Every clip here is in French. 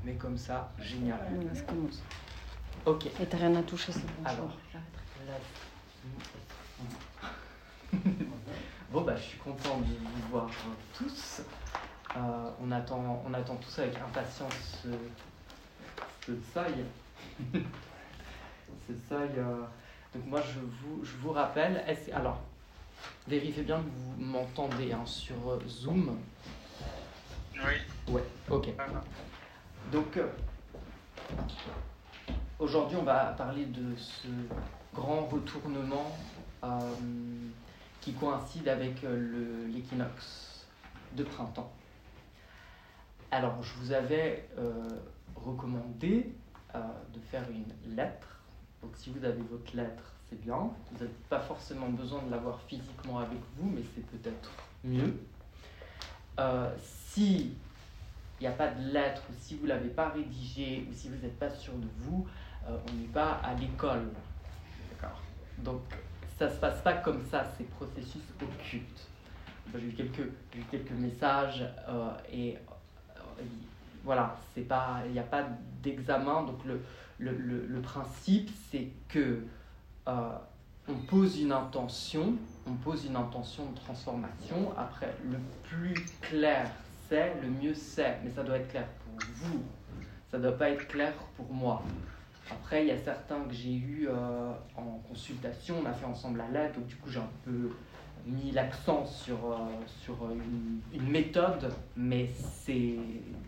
Mais comme ça, génial. On commence. Ok. Et t'as rien à toucher, c'est bon. Alors, bon, bah, je suis content de vous voir tous. On attend tous avec impatience ce seuil. Ce seuil. Donc moi, je vous rappelle. Alors, vérifiez bien que vous m'entendez sur Zoom. Oui. Ouais. Ok. Donc, aujourd'hui, on va parler de ce grand retournement qui coïncide avec l'équinoxe de printemps. Alors, je vous avais recommandé de faire une lettre. Donc, si vous avez votre lettre, c'est bien. Vous n'avez pas forcément besoin de l'avoir physiquement avec vous, mais c'est peut-être mieux. Si il n'y a pas de lettre, ou si vous ne l'avez pas rédigée, ou si vous n'êtes pas sûr de vous, on n'est pas à l'école. D'accord. Donc, ça ne se passe pas comme ça, ces processus occultes. J'ai eu quelques messages et voilà, il n'y a pas d'examen. Donc, le principe, c'est que on pose une intention de transformation. Après, le plus clair c'est, le mieux c'est, mais ça doit être clair pour vous, ça ne doit pas être clair pour moi. Après, il y a certains que j'ai eus en consultation, on a fait ensemble la lettre, donc du coup j'ai un peu mis l'accent sur une méthode, mais c'est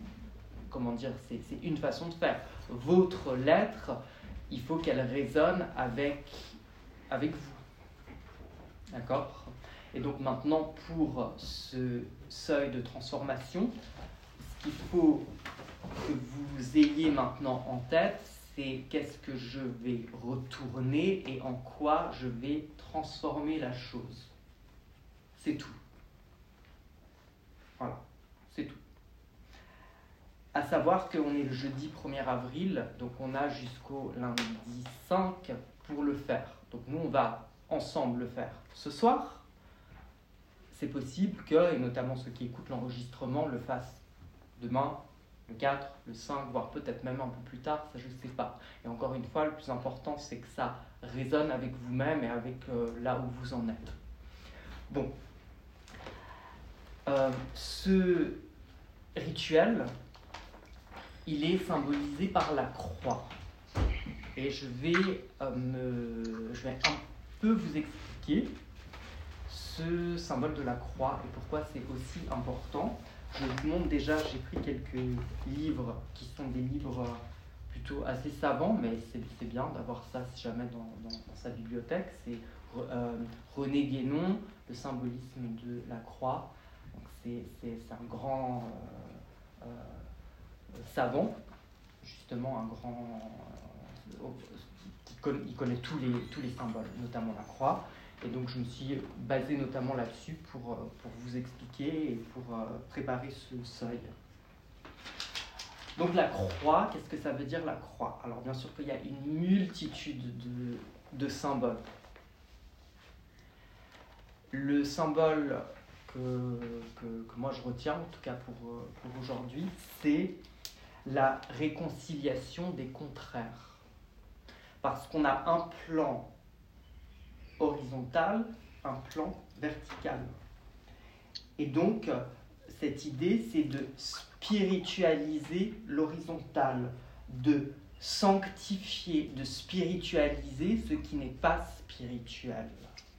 une façon de faire. Votre lettre, il faut qu'elle résonne avec vous. D'accord ? Et donc maintenant, pour ce seuil de transformation, ce qu'il faut que vous ayez maintenant en tête, c'est qu'est-ce que je vais retourner et en quoi je vais transformer la chose. C'est tout. Voilà, c'est tout. À savoir qu'on est le jeudi 1er avril, donc on a jusqu'au lundi 5 pour le faire. Donc nous, on va ensemble le faire ce soir. C'est possible que, et notamment ceux qui écoutent l'enregistrement, le fassent demain, le 4, le 5, voire peut-être même un peu plus tard, ça je ne sais pas. Et encore une fois, le plus important, c'est que ça résonne avec vous-même et avec là où vous en êtes. Bon. Ce rituel, il est symbolisé par la croix. Et je vais un peu vous expliquer ce symbole de la croix et pourquoi c'est aussi important. Je vous montre déjà, j'ai pris quelques livres qui sont des livres plutôt assez savants, mais c'est bien d'avoir ça si jamais dans sa bibliothèque. C'est René Guénon, Le symbolisme de la croix. Donc c'est un grand savant, justement un grand... il connaît tous les symboles, notamment la croix. Et donc je me suis basé notamment là-dessus pour vous expliquer et pour préparer ce seuil. Donc la croix, qu'est-ce que ça veut dire la croix ? Alors bien sûr qu'il y a une multitude de symboles. Le symbole que moi je retiens, en tout cas pour aujourd'hui, c'est la réconciliation des contraires. Parce qu'on a un plan horizontal, un plan vertical. Et donc, cette idée, c'est de spiritualiser l'horizontal, de sanctifier, de spiritualiser ce qui n'est pas spirituel.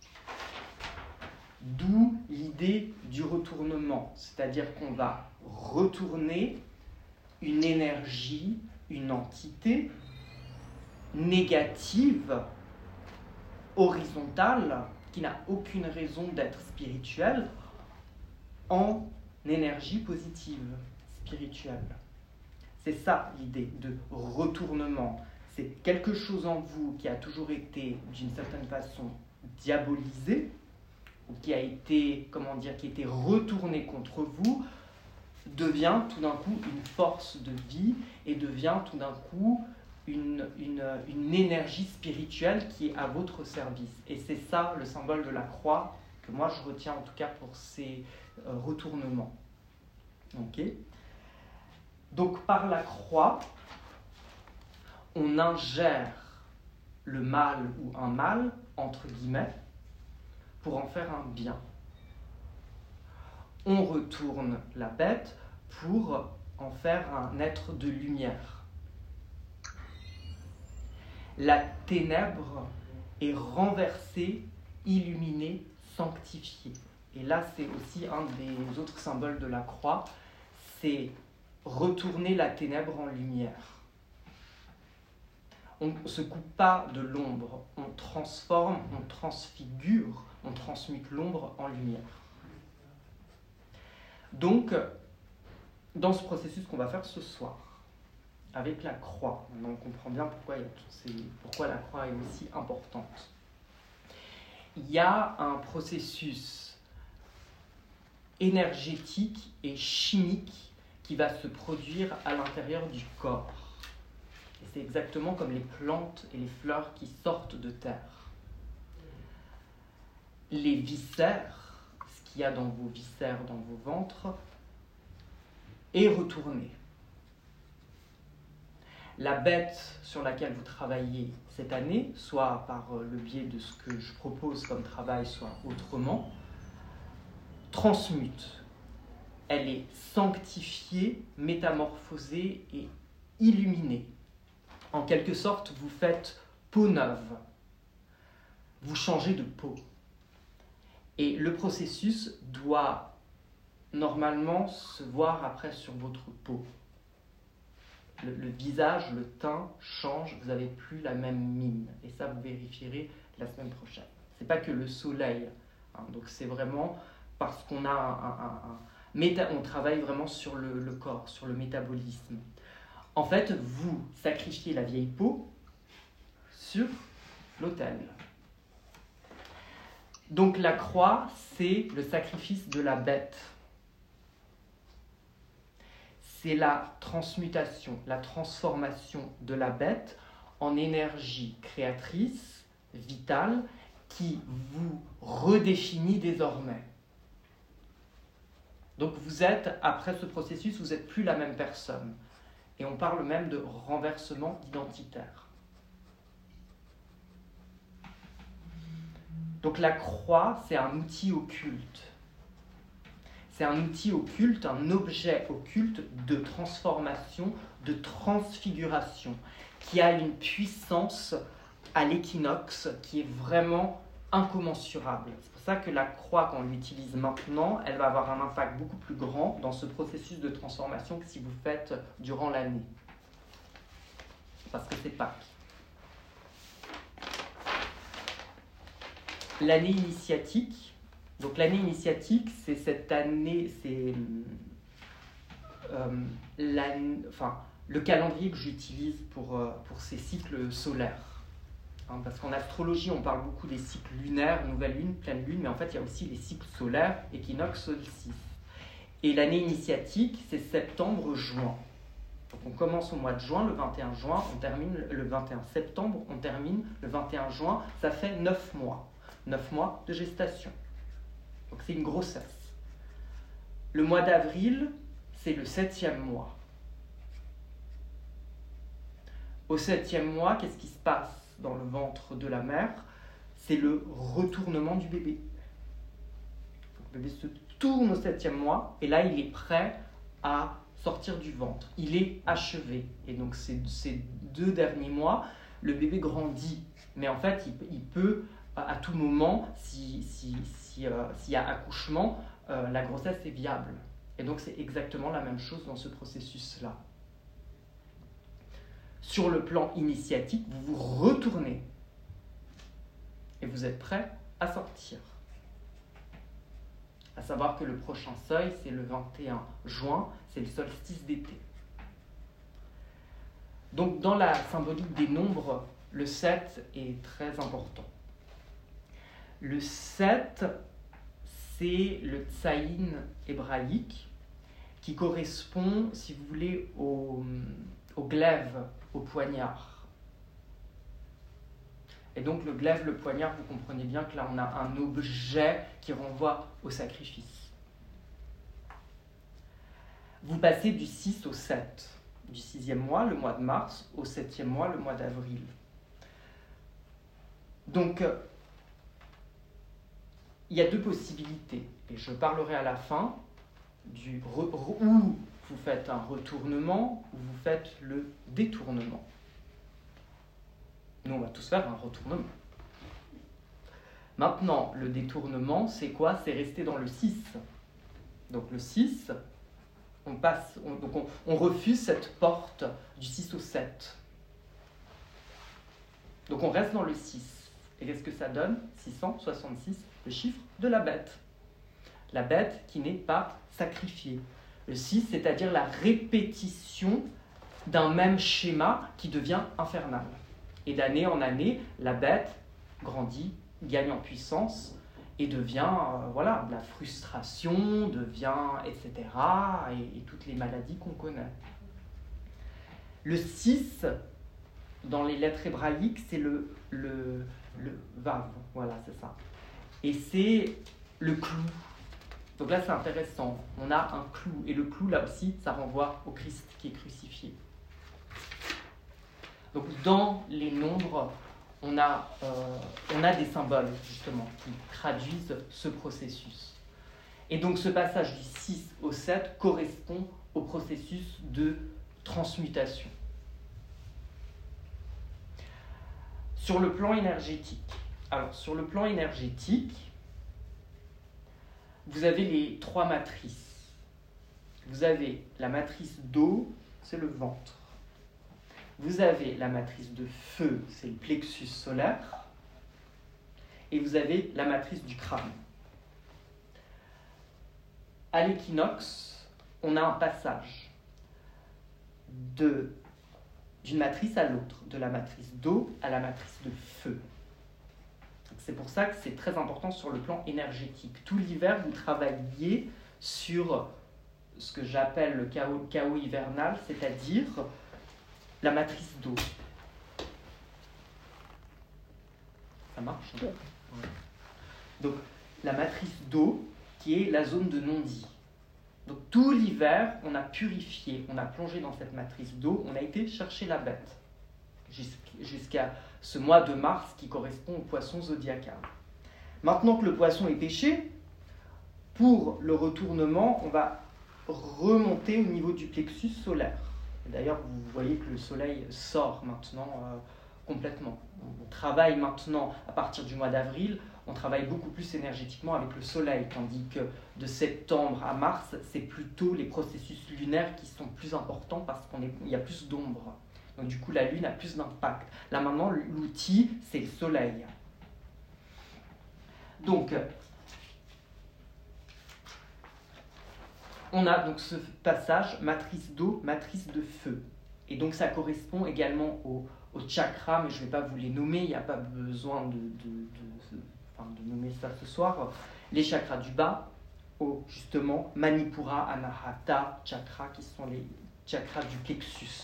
D'où l'idée du retournement, c'est-à-dire qu'on va retourner une énergie, une entité négative, horizontale, qui n'a aucune raison d'être spirituelle, en énergie positive, spirituelle. C'est ça l'idée de retournement. C'est quelque chose en vous qui a toujours été d'une certaine façon diabolisé, ou qui a été, qui a été retourné contre vous, devient tout d'un coup une force de vie et devient tout d'un coup une énergie spirituelle qui est à votre service. Et c'est ça le symbole de la croix que moi je retiens en tout cas pour ces retournements. Ok ? Donc par la croix, on ingère le mal ou un mal, entre guillemets, pour en faire un bien. On retourne la bête pour en faire un être de lumière. La ténèbre est renversée, illuminée, sanctifiée. Et là, c'est aussi un des autres symboles de la croix, c'est retourner la ténèbre en lumière. On ne se coupe pas de l'ombre, on transforme, on transfigure, on transmute l'ombre en lumière. Donc, dans ce processus qu'on va faire ce soir, avec la croix, on comprend bien pourquoi la croix est aussi importante. Il y a un processus énergétique et chimique qui va se produire à l'intérieur du corps. Et c'est exactement comme les plantes et les fleurs qui sortent de terre. Les viscères, ce qu'il y a dans vos viscères, dans vos ventres, est retourné. La bête sur laquelle vous travaillez cette année, soit par le biais de ce que je propose comme travail, soit autrement, transmute. Elle est sanctifiée, métamorphosée et illuminée. En quelque sorte, vous faites peau neuve. Vous changez de peau. Et le processus doit normalement se voir après sur votre peau. Le visage, le teint change, vous n'avez plus la même mine. Et ça, vous vérifierez la semaine prochaine. Ce n'est pas que le soleil. Donc c'est vraiment parce qu'on a on travaille vraiment sur le corps, sur le métabolisme. En fait, vous sacrifiez la vieille peau sur l'autel. Donc la croix, c'est le sacrifice de la bête. C'est la transmutation, la transformation de la bête en énergie créatrice, vitale, qui vous redéfinit désormais. Donc vous êtes, après ce processus, vous n'êtes plus la même personne. Et on parle même de renversement identitaire. Donc la croix, c'est un outil occulte. C'est un outil occulte, un objet occulte de transformation, de transfiguration, qui a une puissance à l'équinoxe qui est vraiment incommensurable. C'est pour ça que la croix, quand on l'utilise maintenant, elle va avoir un impact beaucoup plus grand dans ce processus de transformation que si vous faites durant l'année. Parce que c'est Pâques. L'année initiatique. Donc l'année initiatique, c'est cette année, c'est le calendrier que j'utilise pour ces cycles solaires. Parce qu'en astrologie, on parle beaucoup des cycles lunaires, nouvelle lune, pleine lune, mais en fait, il y a aussi les cycles solaires, équinoxe, solstice. Et l'année initiatique, c'est septembre-juin. Donc on commence au mois de juin, le 21 juin, on termine le 21 septembre, on termine le 21 juin, ça fait 9 mois. 9 mois de gestation. Donc c'est une grossesse. Le mois d'avril, c'est le 7e mois. Au 7e mois, qu'est-ce qui se passe dans le ventre de la mère? C'est le retournement du bébé. Donc, le bébé se tourne au 7e mois et là, il est prêt à sortir du ventre. Il est achevé. Et donc ces 2 derniers mois, le bébé grandit. Mais en fait, il peut, à tout moment, s'il y a accouchement, la grossesse est viable. Et donc c'est exactement la même chose dans ce processus-là. Sur le plan initiatique, vous vous retournez et vous êtes prêt à sortir. À savoir que le prochain seuil, c'est le 21 juin, c'est le solstice d'été. Donc dans la symbolique des nombres, le 7 est très important. Le 7, c'est le tsaïn hébraïque qui correspond, si vous voulez, au glaive, au poignard. Et donc le glaive, le poignard, vous comprenez bien que là on a un objet qui renvoie au sacrifice. vous passez du 6 au 7, du 6e mois, le mois de mars, au 7e mois, le mois d'avril. Donc, il y a deux possibilités, et je parlerai à la fin où vous faites un retournement, ou vous faites le détournement. Nous, on va tous faire un retournement. Maintenant, le détournement, c'est quoi? C'est rester dans le 6. Donc le 6, on refuse cette porte du 6 au 7. Donc on reste dans le 6. Et qu'est-ce que ça donne? 666, le chiffre de la bête. La bête qui n'est pas sacrifiée. Le 6, c'est-à-dire la répétition d'un même schéma qui devient infernal. Et d'année en année, la bête grandit, gagne en puissance et devient de la frustration, etc. Et toutes les maladies qu'on connaît. Le 6, dans les lettres hébraïques, c'est le vav, voilà, c'est ça. Et c'est le clou. Donc là, c'est intéressant. On a un clou. Et le clou, là aussi, ça renvoie au Christ qui est crucifié. Donc dans les nombres, on a des symboles, justement, qui traduisent ce processus. Et donc ce passage du 6 au 7 correspond au processus de transmutation. Sur le plan énergétique. Alors, sur le plan énergétique, vous avez les trois matrices. Vous avez la matrice d'eau, c'est le ventre. Vous avez la matrice de feu, c'est le plexus solaire. Et vous avez la matrice du crâne. À l'équinoxe, on a un passage d'une matrice à l'autre, de la matrice d'eau à la matrice de feu. C'est pour ça que c'est très important sur le plan énergétique. Tout l'hiver, vous travaillez sur ce que j'appelle le chaos hivernal, c'est-à-dire la matrice d'eau. Ça marche, hein? Ouais. Donc, la matrice d'eau, qui est la zone de non-dit. Donc, tout l'hiver, on a purifié, on a plongé dans cette matrice d'eau, on a été chercher la bête, jusqu'à ce mois de mars qui correspond au poisson zodiacal. Maintenant que le poisson est pêché, pour le retournement, on va remonter au niveau du plexus solaire. D'ailleurs, vous voyez que le soleil sort maintenant complètement. On travaille maintenant, à partir du mois d'avril, on travaille beaucoup plus énergétiquement avec le soleil, tandis que de septembre à mars, c'est plutôt les processus lunaires qui sont plus importants parce qu'il y a plus d'ombre. Donc du coup, la Lune a plus d'impact. Là maintenant, l'outil, c'est le soleil. Donc, on a donc ce passage matrice d'eau, matrice de feu. Et donc ça correspond également aux chakras, mais je ne vais pas vous les nommer, il n'y a pas besoin de nommer ça ce soir. Les chakras du bas, justement, Manipura, Anahata, chakras, qui sont les chakras du plexus.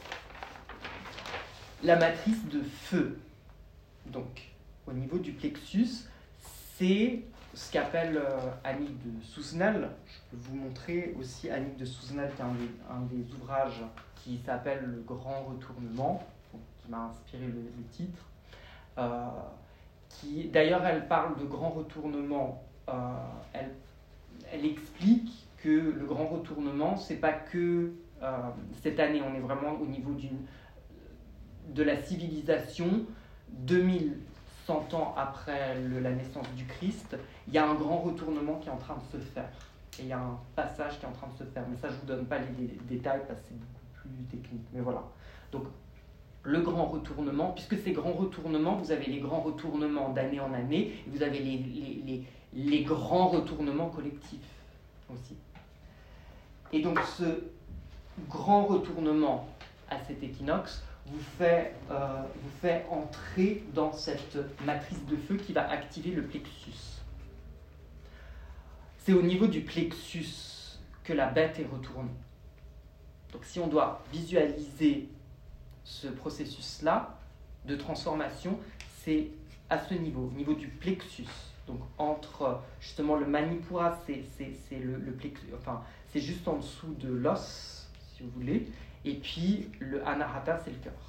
La matrice de feu, donc au niveau du plexus, c'est ce qu'appelle Annick de Souzenel. Je peux vous montrer aussi Annick de Souzenel, qui est un des ouvrages qui s'appelle Le Grand Retournement, qui m'a inspiré le titre. D'ailleurs, elle parle de grand retournement. Elle explique que le grand retournement, c'est pas que cette année, on est vraiment au niveau de la civilisation 2100 ans après la naissance du Christ. Il y a un grand retournement qui est en train de se faire. Et il y a un passage qui est en train de se faire. Mais ça, je ne vous donne pas les détails parce que c'est beaucoup plus technique. Mais voilà. Donc, le grand retournement, puisque ces grands retournements, vous avez les grands retournements d'année en année, et vous avez les grands retournements collectifs aussi. Et donc, ce grand retournement à cet équinoxe vous fait entrer dans cette matrice de feu qui va activer le plexus. C'est au niveau du plexus que la bête est retournée. Donc si on doit visualiser ce processus-là de transformation, c'est à ce niveau, au niveau du plexus. Donc entre justement le Manipura, c'est le plexus, enfin c'est juste en dessous de l'os, si vous voulez. Et puis le Anahata, c'est le cœur.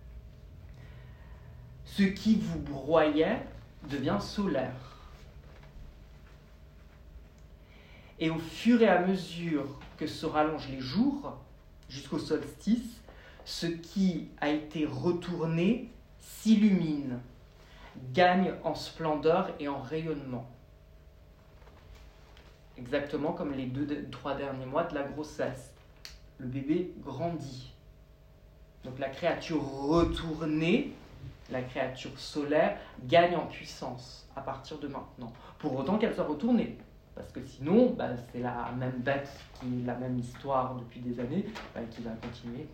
Ce qui vous broyait devient solaire. Et au fur et à mesure que se rallongent les jours, jusqu'au solstice, ce qui a été retourné s'illumine, gagne en splendeur et en rayonnement. Exactement comme les 2-3 derniers mois de la grossesse. Le bébé grandit. Donc la créature retournée, la créature solaire, gagne en puissance à partir de maintenant. Pour autant qu'elle soit retournée. Parce que sinon, c'est la même bête qui est la même histoire depuis des années, qui va continuer.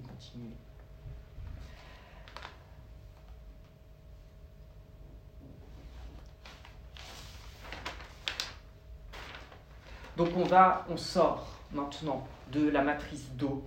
Donc on sort maintenant de la matrice d'eau,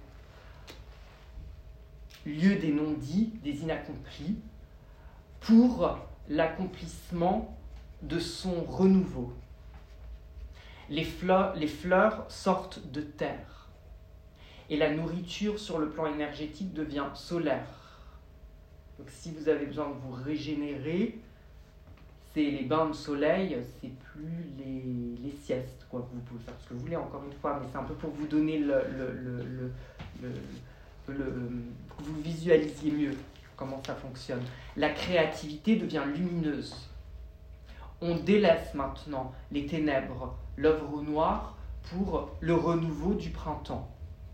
lieu des non-dits, des inaccomplis, pour l'accomplissement de son renouveau. Les fleurs sortent de terre et la nourriture sur le plan énergétique devient solaire. Donc si vous avez besoin de vous régénérer, c'est les bains de soleil, c'est plus les siestes, quoi. Vous pouvez faire ce que vous voulez, encore une fois, mais c'est un peu pour vous donner que vous visualisiez mieux comment ça fonctionne. La créativité devient lumineuse. On délaisse maintenant les ténèbres, l'œuvre au noir, pour le renouveau du printemps.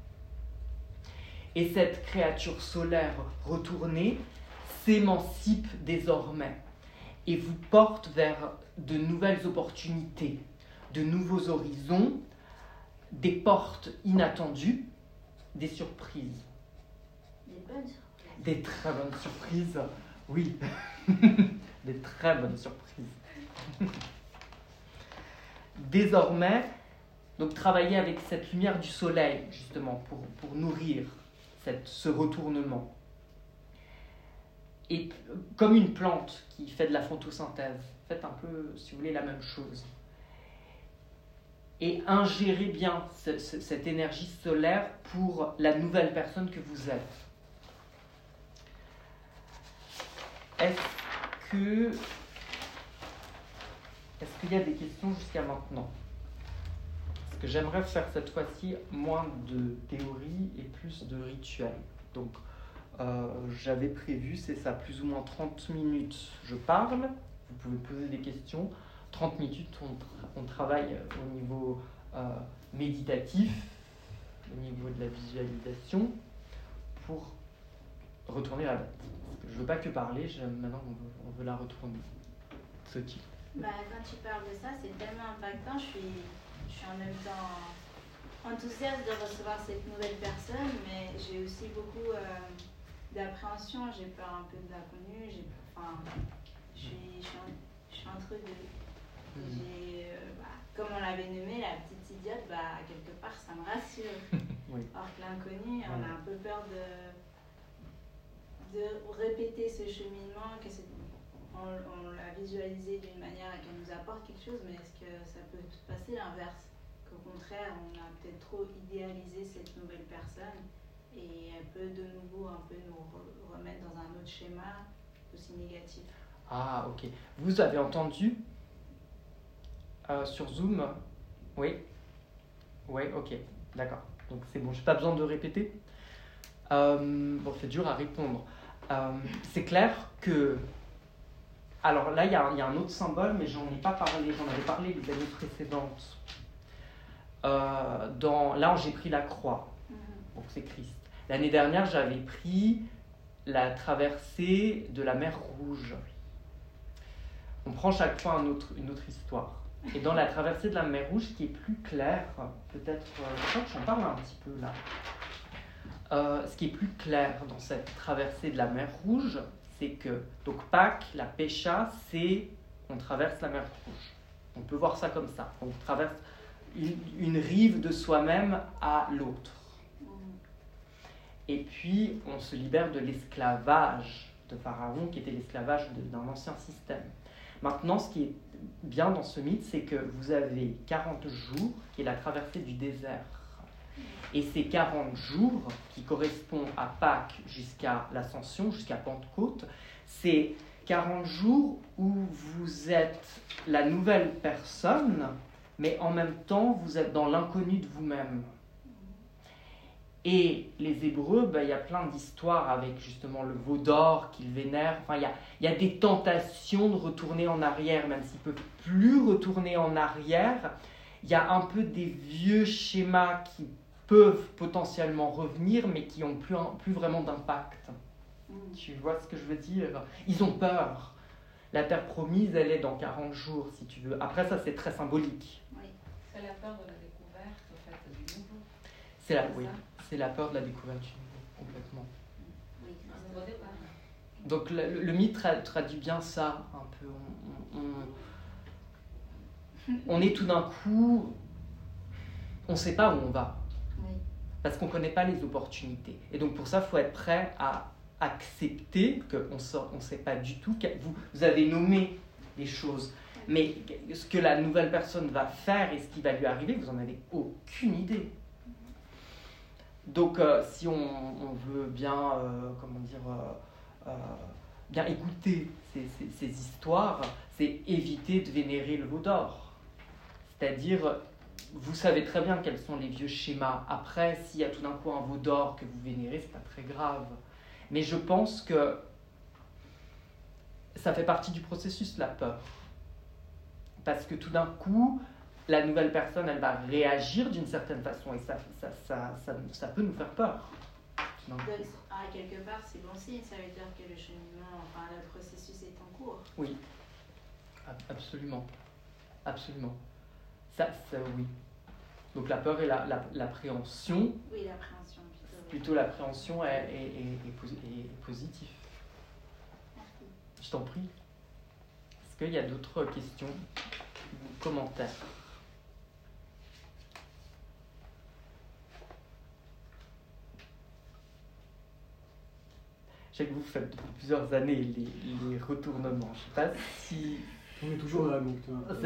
Et cette créature solaire retournée s'émancipe désormais et vous porte vers de nouvelles opportunités, de nouveaux horizons, des portes inattendues, des surprises. Des bonnes surprises. Des très bonnes surprises, oui. Des très bonnes surprises. Désormais, donc travailler avec cette lumière du soleil, justement, pour nourrir ce retournement. Et comme une plante qui fait de la photosynthèse, faites un peu, si vous voulez, la même chose. Et ingérez bien cette énergie solaire pour la nouvelle personne que vous êtes. Est-ce qu'il y a des questions jusqu'à maintenant? Parce que j'aimerais faire cette fois-ci moins de théorie et plus de rituel. Donc, j'avais prévu, c'est ça, plus ou moins 30 minutes, je parle. Vous pouvez poser des questions. 30 minutes, on travaille au niveau méditatif, au niveau de la visualisation, pour retourner la bête. Parce que je ne veux pas que parler, maintenant on veut la retourner. Ce type. Quand tu parles de ça, c'est tellement impactant. Je suis en même temps enthousiaste de recevoir cette nouvelle personne, mais j'ai aussi beaucoup d'appréhension. J'ai peur un peu de l'inconnu. Je suis entre deux. Comme on l'avait nommé, la petite idiote, quelque part, ça me rassure. Oui. Or que l'inconnu, on a un peu peur de répéter ce cheminement, on l'a visualisé d'une manière qu'elle nous apporte quelque chose, mais est-ce que ça peut se passer l'inverse? Qu'au contraire, on a peut-être trop idéalisé cette nouvelle personne et elle peut de nouveau un peu nous remettre dans un autre schéma aussi négatif. Ah, ok. Vous avez entendu sur Zoom? Oui. Oui, ok. D'accord. Donc c'est bon, j'ai pas besoin de répéter. Bon, c'est dur à répondre. C'est clair que... Alors là, il y a un autre symbole, mais j'en ai pas parlé. J'en avais parlé les années précédentes. Là, j'ai pris la croix. Donc c'est Christ. L'année dernière, j'avais pris la traversée de la mer Rouge. On prend chaque fois une autre histoire. Et dans la traversée de la mer Rouge, ce qui est plus clair, peut-être, je crois que j'en parle un petit peu là. Ce qui est plus clair dans cette traversée de la mer Rouge, c'est que, donc Pâques, la Pécha, c'est on traverse la mer Rouge. On peut voir ça comme ça. On traverse une rive de soi-même à l'autre. Et puis, on se libère de l'esclavage de Pharaon, qui était l'esclavage d'un ancien système. Maintenant, ce qui est bien dans ce mythe, c'est que vous avez 40 jours, qui est la traversée du désert. Et ces 40 jours qui correspondent à Pâques jusqu'à l'Ascension, jusqu'à Pentecôte, c'est 40 jours où vous êtes la nouvelle personne, mais en même temps, vous êtes dans l'inconnu de vous-même. Et les Hébreux, il y a plein d'histoires avec justement le veau d'or qu'ils vénèrent. Enfin, il y a des tentations de retourner en arrière, même s'ils ne peuvent plus retourner en arrière. Il y a un peu des vieux schémas qui peuvent potentiellement revenir, mais qui n'ont plus vraiment d'impact. Tu vois ce que je veux dire? Ils ont peur. La terre promise, elle est dans 40 jours, si tu veux. Après, ça, c'est très symbolique. Oui. C'est la peur de la découverte, en fait, du nouveau. Oui, c'est la peur de la découverte du nouveau, complètement. Oui, Au départ. Donc, le mythe traduit bien ça, un peu. On est tout d'un coup... On ne sait pas où on va. Oui. Parce qu'on ne connaît pas les opportunités. Et donc, pour ça, il faut être prêt à accepter qu'on ne sait pas du tout. Vous avez nommé les choses, mais ce que la nouvelle personne va faire et ce qui va lui arriver, vous n'en avez aucune idée. Donc, si on veut bien, bien écouter ces histoires, c'est éviter de vénérer le veau d'or. C'est-à-dire, vous savez très bien quels sont les vieux schémas. Après, s'il y a tout d'un coup un veau d'or que vous vénérez, c'est pas très grave. Mais je pense que ça fait partie du processus, la peur. Parce que tout d'un coup, la nouvelle personne, elle va réagir d'une certaine façon et ça peut nous faire peur. Donc, quelque part, c'est bon signe, ça veut dire que le cheminement, enfin, le processus est en cours. Oui, absolument. Absolument. Ça oui. Donc la peur et l'appréhension. Oui, l'appréhension. Plutôt l'appréhension est positive. Merci. Je t'en prie. Est-ce qu'il y a d'autres questions ou commentaires? Je sais que vous faites depuis plusieurs années les retournements. Je ne sais pas si... On est toujours là, donc...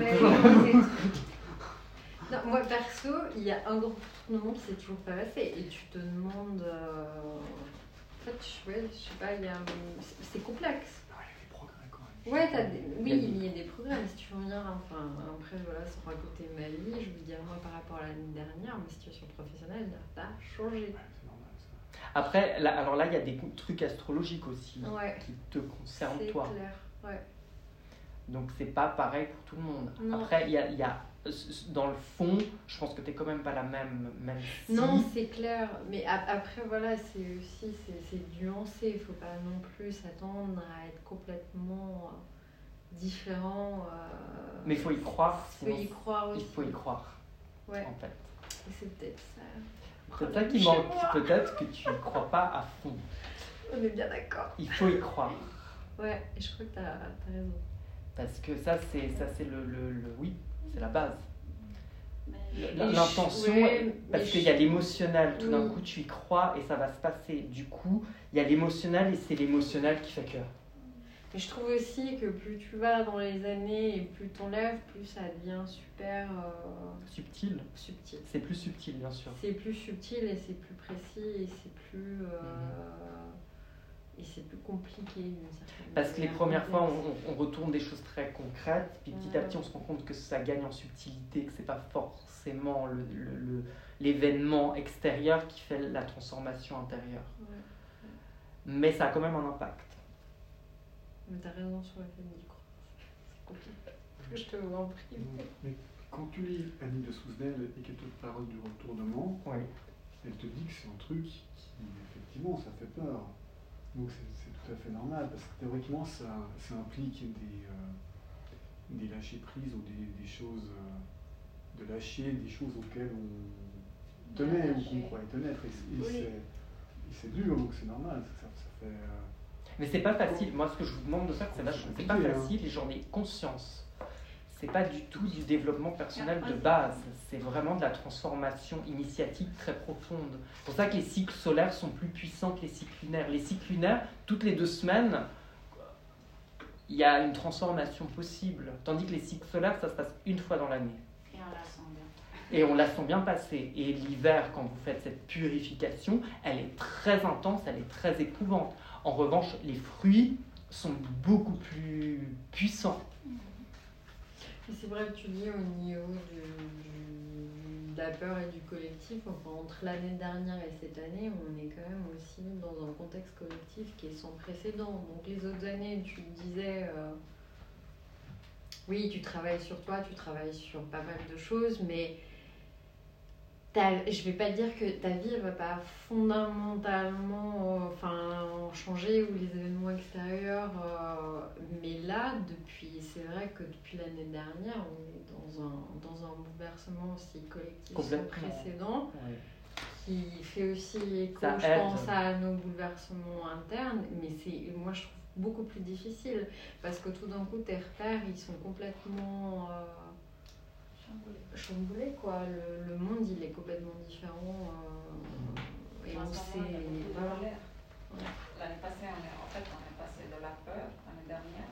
Non, moi, perso, il y a un gros retournement qui s'est toujours pas passé. Et tu te demandes... En fait, je sais pas, c'est complexe. Ah, il y a des progrès quand même. Ouais, oui, il y a des progrès, mais si tu reviens, enfin, après, voilà, sans raconter ma vie, je veux dire, moi, par rapport à l'année dernière, ma situation professionnelle n'a pas changé. Ouais, c'est normal, ça. Après, alors là, il y a des trucs astrologiques aussi qui te concernent c'est toi. C'est clair, ouais. Donc, c'est pas pareil pour tout le monde. Non. Après, il y a dans le fond, je pense que tu n'es quand même pas la même si... Non, c'est clair. Mais après, voilà, c'est aussi c'est nuancé. Il ne faut pas non plus s'attendre à être complètement différent. Mais il faut y croire. Il faut y croire aussi. Il faut y croire, ouais. en fait. Et c'est peut-être ça. C'est ça qui manque. Peut-être que tu n'y crois pas à fond. On est bien d'accord. Il faut y croire. Ouais, et je crois que tu as raison. Parce que ça, c'est oui, c'est la base. Mais L'intention, parce qu'il y a l'émotionnel, tout d'un coup tu y crois et ça va se passer. Du coup, il y a l'émotionnel et c'est l'émotionnel qui fait que. Et je trouve aussi que plus tu vas dans les années et plus tu enlèves, plus ça devient super subtil. C'est plus subtil, bien sûr. C'est plus subtil et c'est plus précis et c'est plus. Et c'est plus compliqué d'une certaine manière. Parce que les premières fois, on retourne des choses très concrètes, puis petit à petit, on se rend compte que ça gagne en subtilité, que c'est pas forcément l'événement extérieur qui fait la transformation intérieure. Ouais. Mais ça a quand même un impact. Mais t'as raison sur le fait d'y croire. C'est compliqué. Je te vois en prie. Mais quand tu lis Annie de Sousdel et qu'elle te parle du retournement, elle te dit que c'est un truc qui, effectivement, ça fait peur. Donc c'est tout à fait normal, parce que théoriquement, ça implique des lâcher-prises ou des choses, de lâcher des choses auxquelles on tenait ou qu'on croyait tenir. Et c'est dur, donc c'est normal. Ça fait, Mais c'est pas facile. Moi, ce que je vous demande de faire, c'est pas facile et j'en ai conscience. C'est pas du tout du développement personnel de base. C'est vraiment de la transformation initiatique très profonde. C'est pour ça que les cycles solaires sont plus puissants que les cycles lunaires. Les cycles lunaires, toutes les 2 semaines, il y a une transformation possible. Tandis que les cycles solaires, ça se passe une fois dans l'année. Et on la sent bien. Et on la sent bien passer. Et l'hiver, quand vous faites cette purification, elle est très intense, elle est très éprouvante. En revanche, les fruits sont beaucoup plus puissants. Et c'est vrai que tu dis au niveau de la peur et du collectif, enfin, entre l'année dernière et cette année, on est quand même aussi dans un contexte collectif qui est sans précédent. Donc les autres années, tu disais, oui, tu travailles sur toi, tu travailles sur pas mal de choses, mais je vais pas dire que ta vie ne va pas fondamentalement changer ou les événements extérieurs, mais là, c'est vrai que depuis l'année dernière, on est dans un bouleversement aussi collectif sans précédent, qui fait aussi écho, je pense, à nos bouleversements internes, mais moi je trouve beaucoup plus difficile, parce que tout d'un coup, tes repères, ils sont complètement... chamboulé quoi, le monde il est complètement différent et on sait voilà. L'année passée on est passé de la peur l'année dernière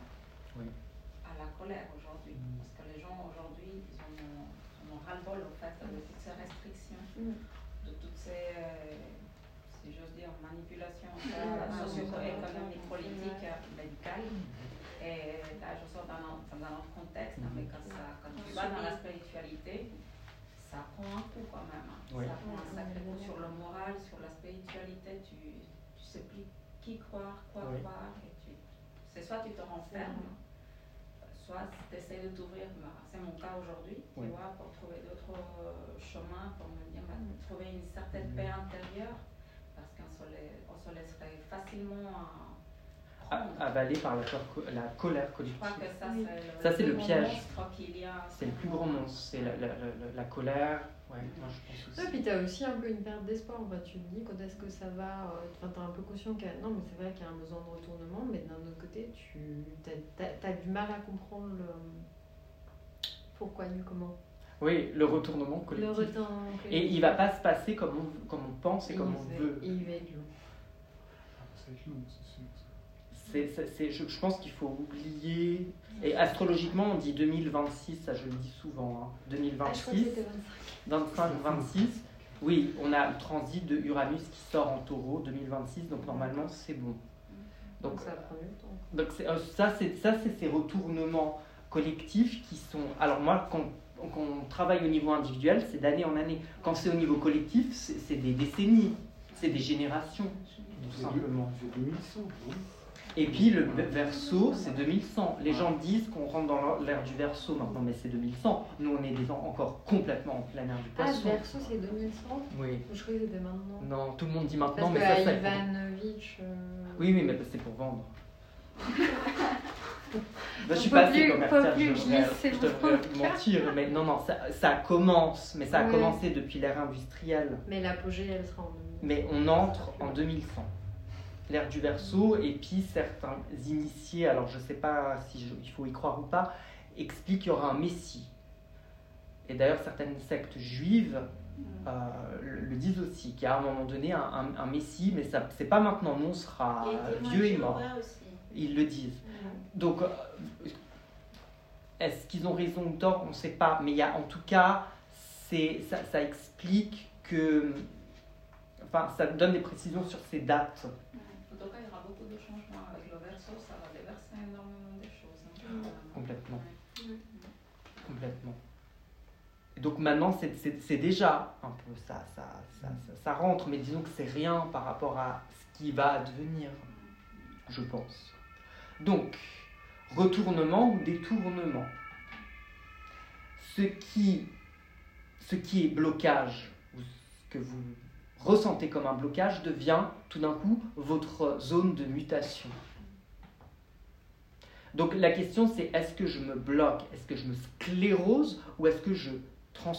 à la colère aujourd'hui, parce que les gens aujourd'hui ils en ont ras-le-bol au fait de toutes ces restrictions, de toutes ces si j'ose dire manipulations socio-économiques, politiques, médicales. Et là, je sors dans un autre contexte, mais quand tu vas dans la spiritualité, ça prend un coup quand même. Ça prend un sacré coup sur le moral, sur la spiritualité. Tu sais plus qui croire, quoi croire. Et c'est soit tu te renfermes, soit tu essaies de t'ouvrir. C'est mon cas aujourd'hui, tu vois, pour trouver d'autres chemins, pour me dire, trouver une certaine paix intérieure, parce qu'on se laisserait facilement... avalé par la colère collective. Je crois que ça c'est le piège. C'est le plus grand monstre, c'est la colère. Ouais, moi je pense aussi. Et puis tu as aussi un peu une perte d'espoir. Tu te dis quand est-ce que ça va. Tu es un peu conscient qu'il y a... Non, mais c'est vrai qu'il y a un besoin de retournement, mais d'un autre côté, tu as du mal à comprendre le pourquoi du comment. Oui, le retournement collectif. Et il ne va pas se passer comme on pense et comme on veut. Et il va être long. Ça va être long, c'est sûr. Je pense qu'il faut oublier, et astrologiquement on dit 2026, ça je le dis souvent, 2026, 25 ou 26, oui, on a le transit de Uranus qui sort en taureau 2026, donc normalement c'est bon. Donc ça prend du temps. Donc ça c'est ces retournements collectifs qui sont, alors moi quand on travaille au niveau individuel, c'est d'année en année, quand c'est au niveau collectif, c'est des décennies, c'est des générations, tout simplement. C'est 2100, oui. Et puis le Verseau, c'est 2100. Les gens disent qu'on rentre dans l'ère du Verseau maintenant, mais c'est 2100. Nous, on est encore complètement en pleine ère du Poisson. Ah, le Verseau, c'est 2100 ? Oui. Je croyais que c'était maintenant. Non, tout le monde dit maintenant, parce mais que ça Ivanovitch... Oui, mais c'est pour vendre. Je suis pas assez commercial, je devrais mentir, mais non, ça commence, mais ça a commencé depuis l'ère industrielle. Mais l'apogée, elle sera en 2000. Mais on entre en 2100. L'ère du Verseau, et puis certains initiés, alors je ne sais pas si il faut y croire ou pas, expliquent qu'il y aura un messie. Et d'ailleurs certaines sectes juives le disent aussi, qu'il y a à un moment donné un messie, mais ça c'est pas maintenant, nous on sera vieux et mort. Ils le disent. Donc est-ce qu'ils ont raison ou tort, on ne sait pas, mais il y a en tout cas, ça explique que... Enfin, ça donne des précisions sur ces dates. En tout cas, il y aura beaucoup de changements avec le Verseau, ça va déverser énormément de choses. Complètement. Complètement. Et donc maintenant, c'est déjà un peu ça rentre, mais disons que c'est rien par rapport à ce qui va advenir, je pense. Donc, retournement ou détournement. Ce qui est blocage, ou ce que vous ressentez comme un blocage, devient tout d'un coup votre zone de mutation. Donc la question c'est, est-ce que je me bloque, est-ce que je me sclérose ou est-ce que je transmute ?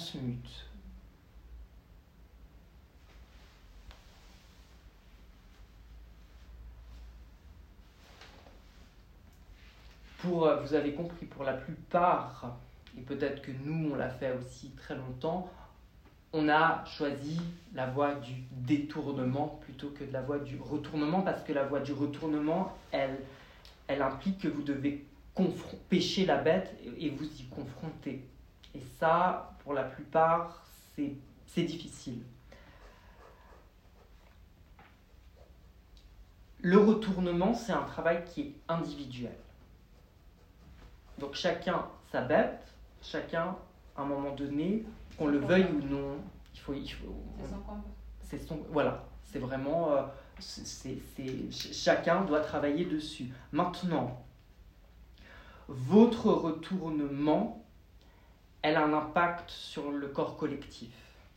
Vous avez compris, pour la plupart, et peut-être que nous on l'a fait aussi très longtemps, on a choisi la voie du détournement plutôt que de la voie du retournement, parce que la voie du retournement, elle implique que vous devez pêcher la bête et vous y confronter. Et ça, pour la plupart, c'est difficile. Le retournement, c'est un travail qui est individuel. Donc chacun sa bête, chacun, à un moment donné, qu'on le veuille ou non, il faut c'est son combat. Voilà, c'est vraiment... chacun doit travailler dessus. Maintenant, votre retournement, elle a un impact sur le corps collectif.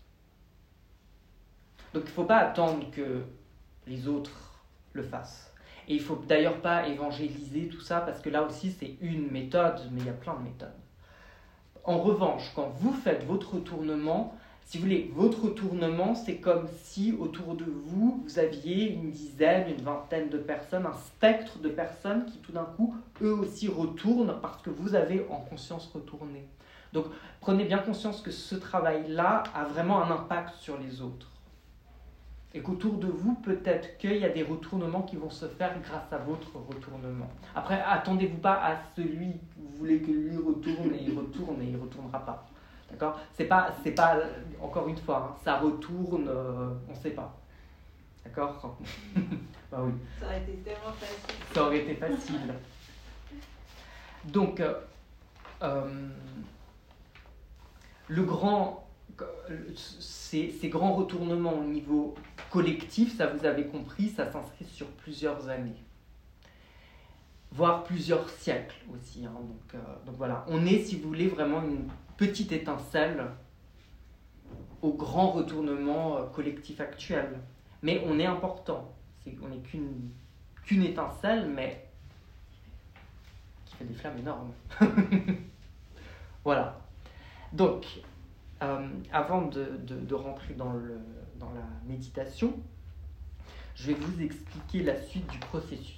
Donc il ne faut pas attendre que les autres le fassent. Et il ne faut d'ailleurs pas évangéliser tout ça, parce que là aussi c'est une méthode, mais il y a plein de méthodes. En revanche, quand vous faites votre retournement, si vous voulez, votre retournement, c'est comme si autour de vous, vous aviez une dizaine, une vingtaine de personnes, un spectre de personnes qui tout d'un coup, eux aussi retournent parce que vous avez en conscience retourné. Donc, prenez bien conscience que ce travail-là a vraiment un impact sur les autres. Et qu'autour de vous, peut-être qu'il y a des retournements qui vont se faire grâce à votre retournement. Après, attendez-vous pas à celui que vous voulez que lui retourne et il ne retournera pas. D'accord ? C'est pas, encore une fois, hein, ça retourne, on ne sait pas. D'accord ? Bah oui. Ça aurait été tellement facile. Ça aurait été facile. Donc, ces grands retournements au niveau collectif, ça vous avez compris, ça s'inscrit sur plusieurs années, voire plusieurs siècles aussi. Hein. Donc voilà, on est, si vous voulez, vraiment une petite étincelle au grand retournement collectif actuel. Mais on est important. On n'est qu'une étincelle, mais qui fait des flammes énormes. Voilà. Donc, avant de rentrer dans la méditation, je vais vous expliquer la suite du processus.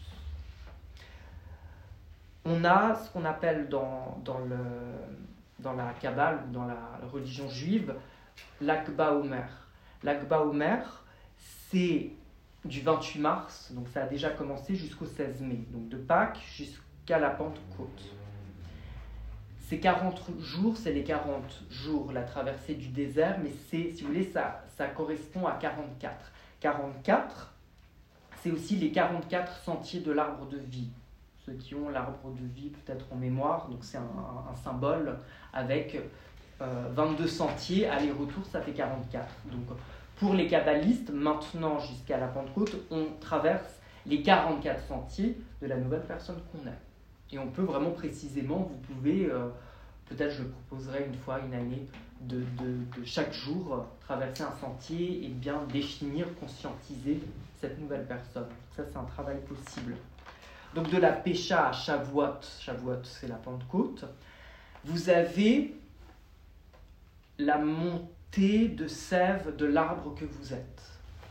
On a ce qu'on appelle dans la Kabbale, dans la religion juive, l'Akba Omer. L'Akba Omer, c'est du 28 mars, donc ça a déjà commencé jusqu'au 16 mai, donc de Pâques jusqu'à la Pentecôte. Ces 40 jours, c'est les 40 jours, la traversée du désert, mais c'est, si vous voulez, ça correspond à 44. 44, c'est aussi les 44 sentiers de l'arbre de vie. Ceux qui ont l'arbre de vie peut-être en mémoire, donc c'est un symbole avec 22 sentiers, aller-retour, ça fait 44. Donc pour les kabbalistes, maintenant jusqu'à la Pentecôte, on traverse les 44 sentiers de la nouvelle personne qu'on est. Et on peut vraiment précisément, vous pouvez, peut-être je proposerai une fois, une année, de chaque jour traverser un sentier et bien définir, conscientiser cette nouvelle personne. Ça, c'est un travail possible. Donc de la Pécha à Shavuot, Shavuot c'est la Pentecôte, vous avez la montée de sève de l'arbre que vous êtes.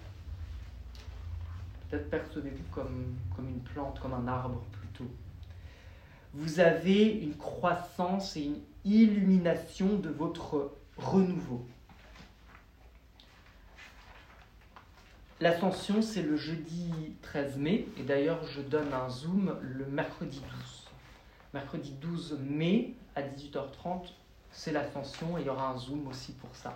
Peut-être percevez-vous comme une plante, comme un arbre plutôt. Vous avez une croissance et une illumination de votre renouveau. L'ascension, c'est le jeudi 13 mai, et d'ailleurs je donne un zoom le mercredi 12. Mercredi 12 mai à 18h30, c'est l'ascension, et il y aura un zoom aussi pour ça,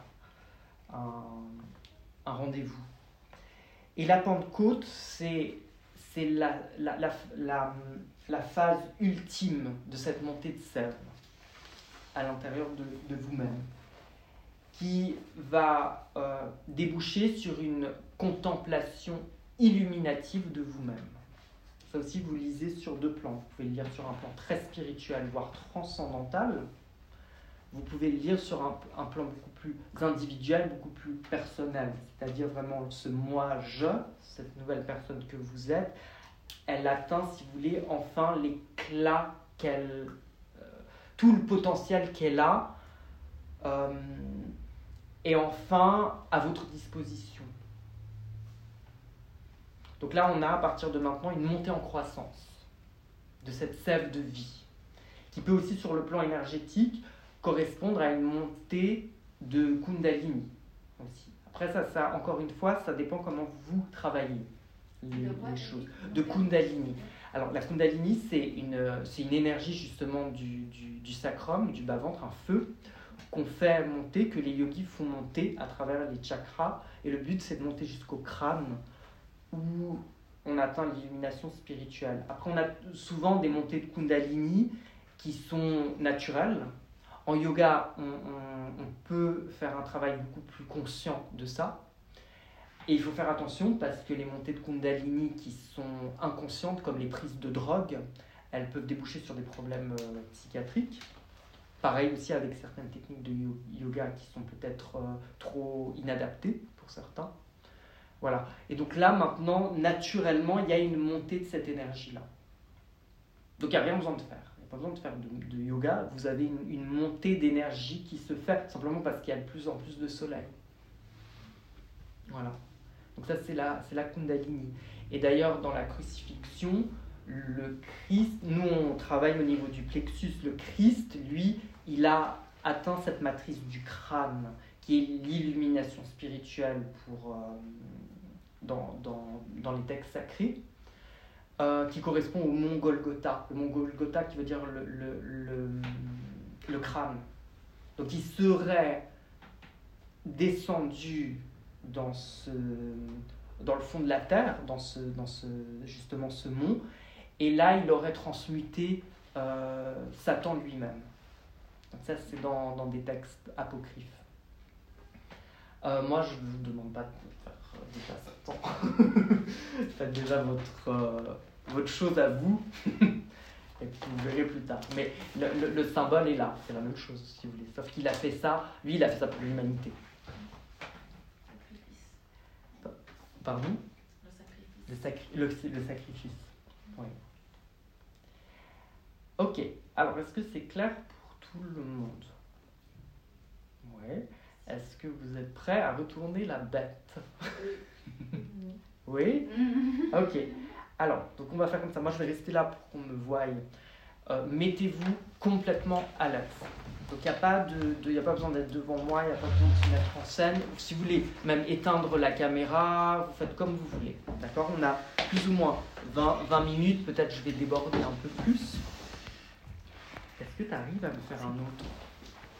un rendez-vous. Et la Pentecôte, c'est la phase ultime de cette montée de sève à l'intérieur de vous-même, qui va déboucher sur une contemplation illuminative de vous-même. Ça aussi, vous lisez sur deux plans. Vous pouvez le lire sur un plan très spirituel, voire transcendantal. Vous pouvez le lire sur un plan beaucoup plus individuel, beaucoup plus personnel. C'est-à-dire vraiment ce moi-je, cette nouvelle personne que vous êtes, elle atteint, si vous voulez, enfin l'éclat tout le potentiel qu'elle a, est enfin à votre disposition. Donc là, on a à partir de maintenant une montée en croissance de cette sève de vie, qui peut aussi sur le plan énergétique correspondre à une montée de Kundalini aussi. Après ça encore une fois, ça dépend comment vous travaillez les choses. De Kundalini. Alors la Kundalini, c'est une énergie justement du sacrum, du bas-ventre, un feu, qu'on fait monter, que les yogis font monter à travers les chakras. Et le but, c'est de monter jusqu'au crâne, où on atteint l'illumination spirituelle. Après, on a souvent des montées de Kundalini qui sont naturelles. En yoga, on peut faire un travail beaucoup plus conscient de ça. Et il faut faire attention parce que les montées de Kundalini qui sont inconscientes, comme les prises de drogue, elles peuvent déboucher sur des problèmes psychiatriques. Pareil aussi avec certaines techniques de yoga qui sont peut-être trop inadaptées pour certains. Voilà. Et donc là, maintenant, naturellement, il y a une montée de cette énergie-là. Donc il n'y a rien besoin de faire. Il n'y a pas besoin de faire de yoga. Vous avez une montée d'énergie qui se fait simplement parce qu'il y a de plus en plus de soleil. Voilà. Donc ça, c'est la Kundalini. Et d'ailleurs, dans la crucifixion, le Christ, nous, on travaille au niveau du plexus. Le Christ, lui, il a atteint cette matrice du crâne, qui est l'illumination spirituelle dans les textes sacrés, qui correspond au mont Golgotha. Le mont Golgotha qui veut dire le crâne. Donc il serait descendu dans le fond de la terre, justement ce mont, et là il aurait transmuté Satan lui-même. Donc ça c'est dans des textes apocryphes. Moi je ne vous demande pas de faire déjà Satan. Faites déjà votre chose à vous, et puis vous verrez plus tard. Mais le symbole est là, c'est la même chose si vous voulez. Sauf qu'il a fait ça, lui il a fait ça pour l'humanité. Pardon ? Le sacrifice. Oui. Ok. Alors, est-ce que c'est clair pour tout le monde ? Oui. Est-ce que vous êtes prêts à retourner la bête ? Oui ? Ok. Alors, donc on va faire comme ça. Moi, je vais rester là pour qu'on me voie. Mettez-vous complètement à l'aise. Donc il n'y a pas besoin d'être devant moi, il n'y a pas besoin de se mettre en scène. Si vous voulez même éteindre la caméra, vous faites comme vous voulez. D'accord ? On a plus ou moins 20 minutes, peut-être je vais déborder un peu plus. Est-ce que tu arrives à me faire un autre ?